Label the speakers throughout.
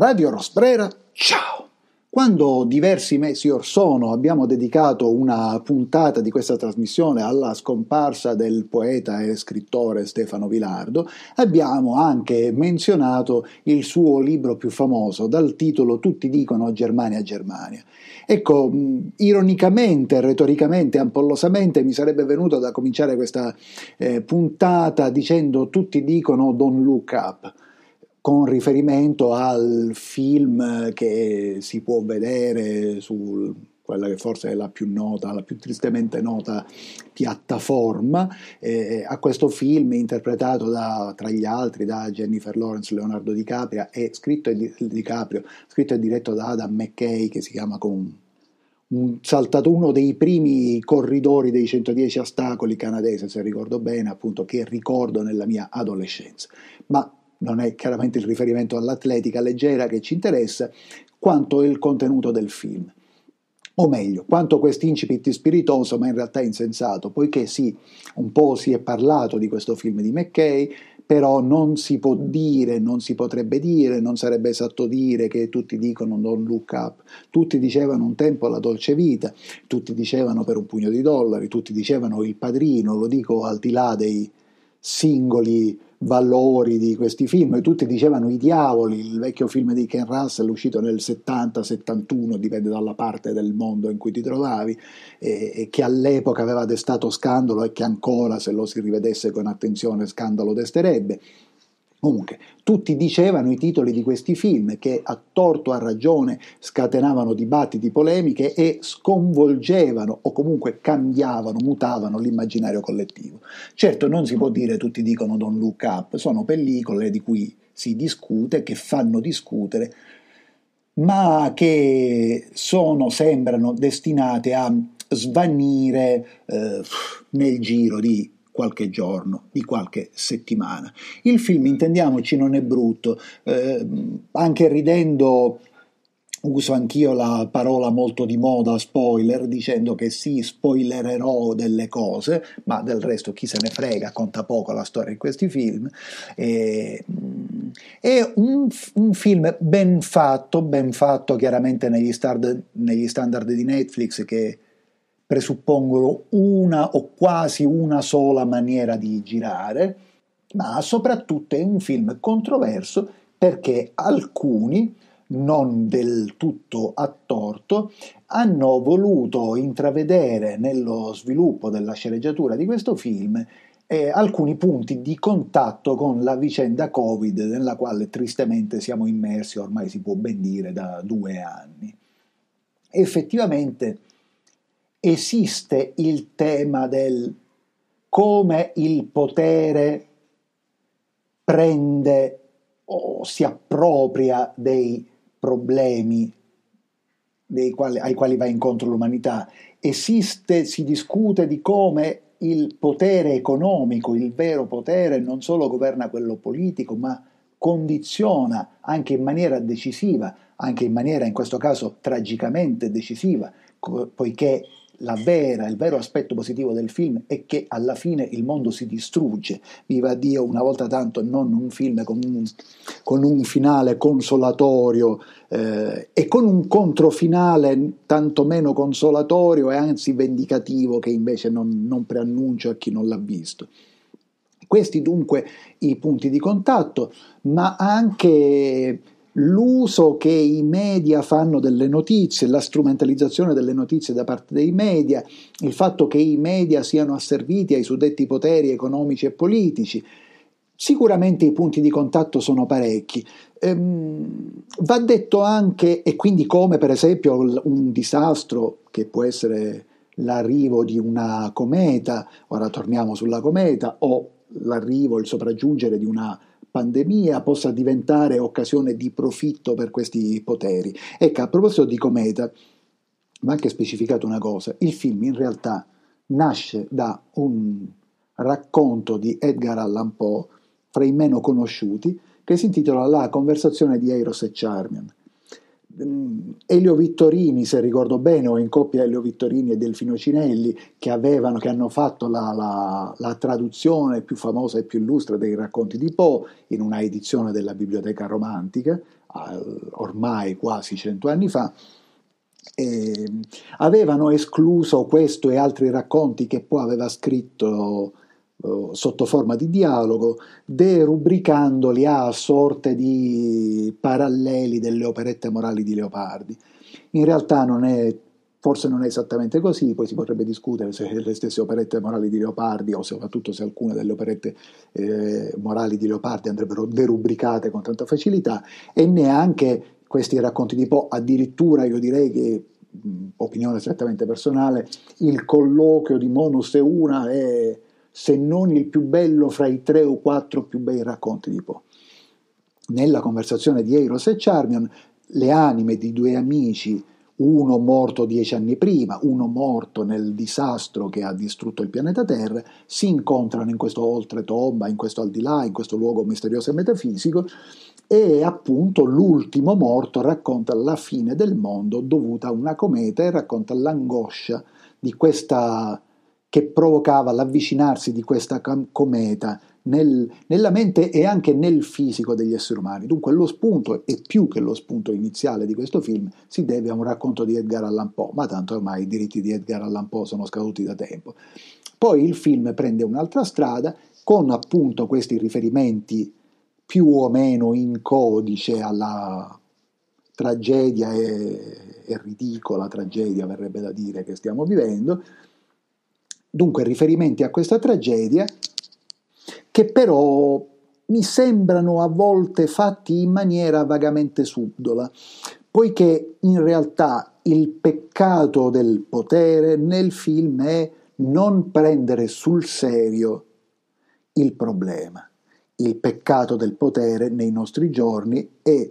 Speaker 1: Radio Rosbrera, ciao! Quando diversi mesi or sono abbiamo dedicato una puntata di questa trasmissione alla scomparsa del poeta e scrittore Stefano Vilardo, abbiamo anche menzionato il suo libro più famoso dal titolo Tutti dicono Germania, Germania. Ecco, ironicamente, retoricamente, ampollosamente mi sarebbe venuto da cominciare questa puntata dicendo Tutti dicono Don't Look Up, con riferimento al film che si può vedere su quella che forse è la più nota, la più tristemente nota piattaforma, a questo film interpretato tra gli altri da Jennifer Lawrence, Leonardo DiCaprio e scritto e diretto da Adam McKay, che si chiama uno dei primi corridori dei 110 ostacoli canadese, se ricordo bene, appunto, che ricordo nella mia adolescenza. Ma non è chiaramente il riferimento all'atletica leggera che ci interessa, quanto il contenuto del film. O meglio, quanto quest'incipit spiritoso, ma in realtà insensato, poiché sì, un po' si è parlato di questo film di McKay, però non si può dire, non si potrebbe dire, non sarebbe esatto dire che tutti dicono Don't Look Up, tutti dicevano un tempo La dolce vita, tutti dicevano Per un pugno di dollari, tutti dicevano Il padrino, lo dico al di là dei singoli valori di questi film, tutti dicevano I diavoli, il vecchio film di Ken Russell uscito nel 70-71, dipende dalla parte del mondo in cui ti trovavi, e che all'epoca aveva destato scandalo e che ancora, se lo si rivedesse con attenzione, scandalo desterebbe. Comunque, tutti dicevano i titoli di questi film che a torto o a ragione scatenavano dibattiti, polemiche e sconvolgevano o comunque cambiavano, mutavano l'immaginario collettivo. Certo, non si può dire tutti dicono Don't Look Up, sono pellicole di cui si discute, che fanno discutere, ma che sembrano destinate a svanire nel giro di qualche giorno, di qualche settimana. Il film, intendiamoci, non è brutto, anche ridendo uso anch'io la parola molto di moda spoiler, dicendo che sì, spoilererò delle cose, ma del resto chi se ne frega, conta poco la storia di questi film. È un film ben fatto chiaramente negli standard di Netflix, che presuppongono una o quasi una sola maniera di girare, ma soprattutto è un film controverso perché alcuni, non del tutto a torto, hanno voluto intravedere nello sviluppo della sceneggiatura di questo film alcuni punti di contatto con la vicenda Covid, nella quale tristemente siamo immersi, ormai si può ben dire, da 2 anni. Effettivamente esiste il tema del come il potere prende o si appropria dei problemi ai quali va incontro l'umanità. Si discute di come il potere economico, il vero potere, non solo governa quello politico, ma condiziona anche in maniera decisiva, anche in maniera in questo caso tragicamente decisiva, poiché il vero aspetto positivo del film è che alla fine il mondo si distrugge, viva Dio, una volta tanto non un film con un finale consolatorio e con un controfinale tanto meno consolatorio e anzi vendicativo, che invece non preannuncio a chi non l'ha visto. Questi dunque i punti di contatto, ma anche l'uso che i media fanno delle notizie, la strumentalizzazione delle notizie da parte dei media, il fatto che i media siano asserviti ai suddetti poteri economici e politici. Sicuramente i punti di contatto sono parecchi. Va detto anche, e quindi come per esempio un disastro che può essere l'arrivo di una cometa, ora torniamo sulla cometa, o il sopraggiungere di una pandemia possa diventare occasione di profitto per questi poteri. Ecco, a proposito di cometa, va anche specificato una cosa: il film in realtà nasce da un racconto di Edgar Allan Poe, fra i meno conosciuti, che si intitola La conversazione di Eros e Charmian. Elio Vittorini, se ricordo bene, o in coppia Elio Vittorini e Delfino Cinelli, che hanno fatto la traduzione più famosa e più illustre dei racconti di Poe in una edizione della Biblioteca Romantica, ormai quasi 100 anni fa, avevano escluso questo e altri racconti che poi aveva scritto sotto forma di dialogo, derubricandoli a sorte di paralleli delle operette morali di Leopardi. In realtà forse non è esattamente così, poi si potrebbe discutere se le stesse operette morali di Leopardi, o soprattutto se alcune delle operette morali di Leopardi andrebbero derubricate con tanta facilità, e neanche questi racconti di Poe. Addirittura io direi che, opinione strettamente personale, il colloquio di Monus e Una è, se non il più bello, fra i 3 o 4 più bei racconti di Poe. Nella conversazione di Eros e Charmian, le anime di due amici, uno morto 10 anni prima, uno morto nel disastro che ha distrutto il pianeta Terra, si incontrano in questo oltretomba, in questo al di là, in questo luogo misterioso e metafisico, e appunto l'ultimo morto racconta la fine del mondo dovuta a una cometa, e racconta l'angoscia di questa, che provocava l'avvicinarsi di questa cometa nella mente e anche nel fisico degli esseri umani. Dunque lo spunto, e più che lo spunto iniziale di questo film, si deve a un racconto di Edgar Allan Poe, ma tanto ormai i diritti di Edgar Allan Poe sono scaduti da tempo. Poi il film prende un'altra strada con appunto questi riferimenti più o meno in codice alla tragedia e ridicola tragedia, verrebbe da dire, che stiamo vivendo. Dunque riferimenti a questa tragedia che però mi sembrano a volte fatti in maniera vagamente subdola, poiché in realtà il peccato del potere nel film è non prendere sul serio il problema. Il peccato del potere nei nostri giorni è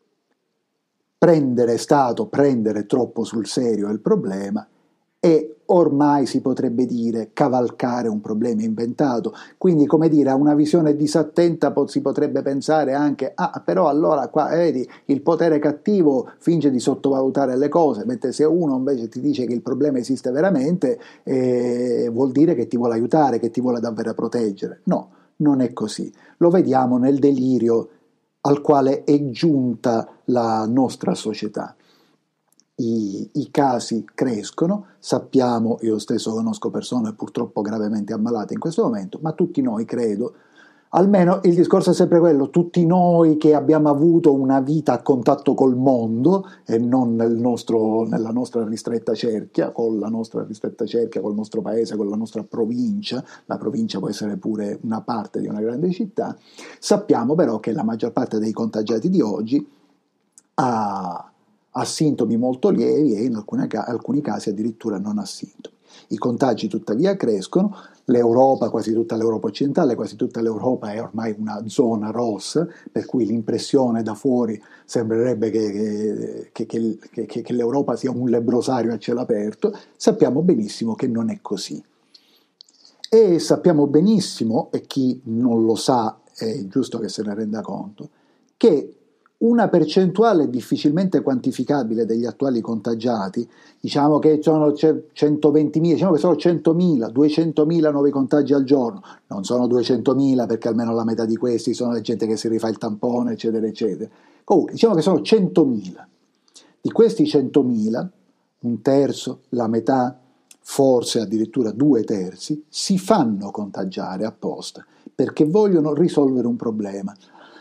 Speaker 1: prendere troppo sul serio il problema, e ormai si potrebbe dire cavalcare un problema inventato. Quindi, come dire, a una visione disattenta si potrebbe pensare anche: però allora qua vedi, il potere cattivo finge di sottovalutare le cose, mentre se uno invece ti dice che il problema esiste veramente, vuol dire che ti vuole aiutare, che ti vuole davvero proteggere. No, non è così. Lo vediamo nel delirio al quale è giunta la nostra società. I casi crescono, sappiamo, io stesso conosco persone purtroppo gravemente ammalate in questo momento, ma tutti noi, credo, almeno il discorso è sempre quello, tutti noi che abbiamo avuto una vita a contatto col mondo e non nella nostra ristretta cerchia, con la nostra ristretta cerchia, col nostro paese, con la nostra provincia, la provincia può essere pure una parte di una grande città, sappiamo però che la maggior parte dei contagiati di oggi ha sintomi molto lievi e in alcuni casi addirittura non ha sintomi. I contagi tuttavia crescono, l'Europa, quasi tutta l'Europa occidentale, quasi tutta l'Europa è ormai una zona rossa, per cui l'impressione da fuori sembrerebbe che l'Europa sia un lebbrosario a cielo aperto. Sappiamo benissimo che non è così. E sappiamo benissimo, e chi non lo sa è giusto che se ne renda conto, che una percentuale difficilmente quantificabile degli attuali contagiati, diciamo che sono 120.000, diciamo che sono 100.000, 200.000 nuovi contagi al giorno, non sono 200.000 perché almeno la metà di questi sono la gente che si rifà il tampone, eccetera, eccetera. Comunque, diciamo che sono 100.000. Di questi 100.000, un terzo, la metà, forse addirittura 2/3, si fanno contagiare apposta perché vogliono risolvere un problema.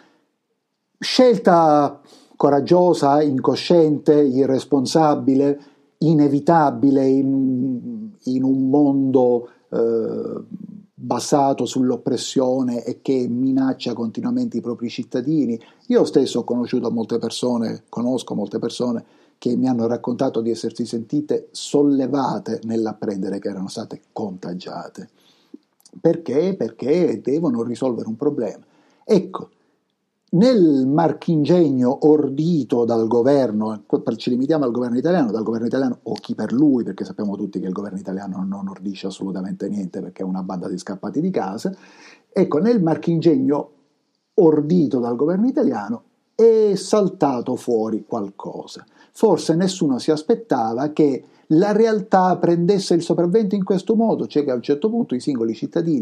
Speaker 1: Scelta coraggiosa, incosciente, irresponsabile, inevitabile in un mondo basato sull'oppressione e che minaccia continuamente i propri cittadini. Io stesso conosco molte persone che mi hanno raccontato di essersi sentite sollevate nell'apprendere che erano state contagiate. Perché? Perché devono risolvere un problema. Ecco, nel marchingegno ordito dal governo, ci limitiamo al governo italiano o chi per lui, perché sappiamo tutti che il governo italiano non ordisce assolutamente niente perché è una banda di scappati di casa, ecco, nel marchingegno ordito dal governo italiano è saltato fuori qualcosa. Forse nessuno si aspettava che la realtà prendesse il sopravvento in questo modo, cioè che a un certo punto i singoli cittadini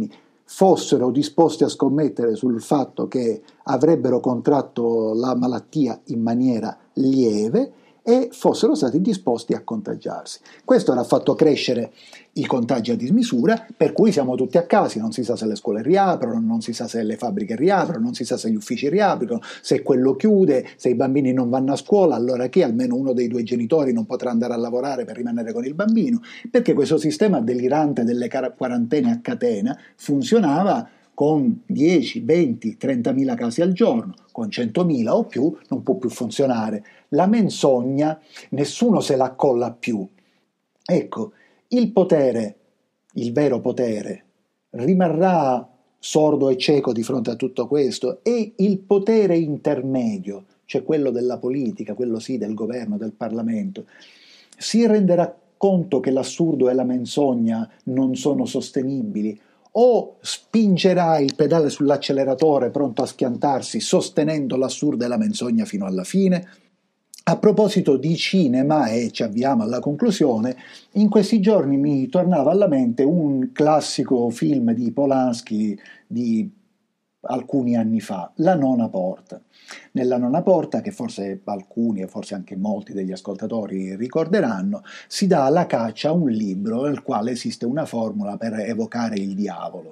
Speaker 1: fossero disposti a scommettere sul fatto che avrebbero contratto la malattia in maniera lieve e fossero stati disposti a contagiarsi. Questo ha fatto crescere i contagi a dismisura, per cui siamo tutti a casa, non si sa se le scuole riaprono, non si sa se le fabbriche riaprono, non si sa se gli uffici riaprono, se quello chiude, se i bambini non vanno a scuola, allora che almeno uno dei due genitori non potrà andare a lavorare per rimanere con il bambino, perché questo sistema delirante delle quarantene a catena funzionava con 10, 20, 30.000 casi al giorno, con 100.000 o più non può più funzionare. La menzogna nessuno se la accolla più. Ecco, il potere, il vero potere, rimarrà sordo e cieco di fronte a tutto questo, e il potere intermedio, cioè quello della politica, quello sì del governo, del Parlamento, si renderà conto che l'assurdo e la menzogna non sono sostenibili, o spingerà il pedale sull'acceleratore pronto a schiantarsi sostenendo l'assurdo e la menzogna fino alla fine? A proposito di cinema, e ci avviamo alla conclusione, in questi giorni mi tornava alla mente un classico film di Polanski di alcuni anni fa, La nona porta. Nella nona porta, che forse alcuni e forse anche molti degli ascoltatori ricorderanno, si dà alla caccia a un libro nel quale esiste una formula per evocare il diavolo.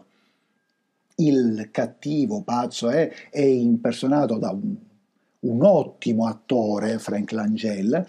Speaker 1: Il cattivo pazzo è impersonato da un ottimo attore, Frank Langella,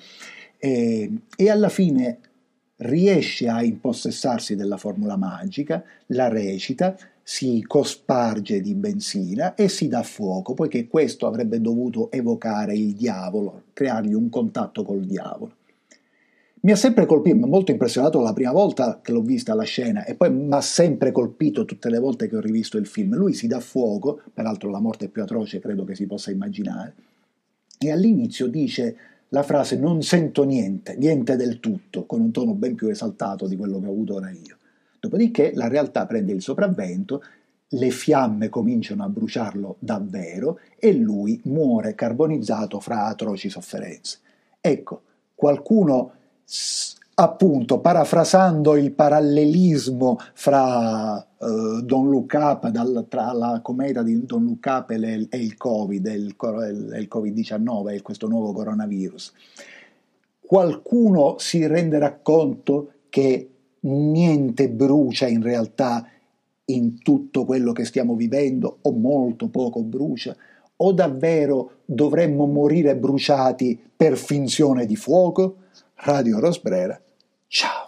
Speaker 1: e alla fine riesce a impossessarsi della formula magica, la recita, si cosparge di benzina e si dà fuoco, poiché questo avrebbe dovuto evocare il diavolo, creargli un contatto col diavolo. Mi ha sempre colpito, mi ha molto impressionato la prima volta che l'ho vista la scena, e poi mi ha sempre colpito tutte le volte che ho rivisto il film. Lui si dà fuoco, peraltro la morte più atroce credo che si possa immaginare, e all'inizio dice la frase "non sento niente, niente del tutto", con un tono ben più esaltato di quello che ho avuto ora io. Dopodiché la realtà prende il sopravvento, le fiamme cominciano a bruciarlo davvero e lui muore carbonizzato fra atroci sofferenze. Ecco, qualcuno, appunto, parafrasando il parallelismo fra Don't Look Up, tra la cometa di Don't Look Up e il Covid, il Covid-19 e questo nuovo coronavirus, qualcuno si renderà conto che niente brucia in realtà in tutto quello che stiamo vivendo, o molto poco brucia, o davvero dovremmo morire bruciati per finzione di fuoco? Radio Rosbrera, ciao!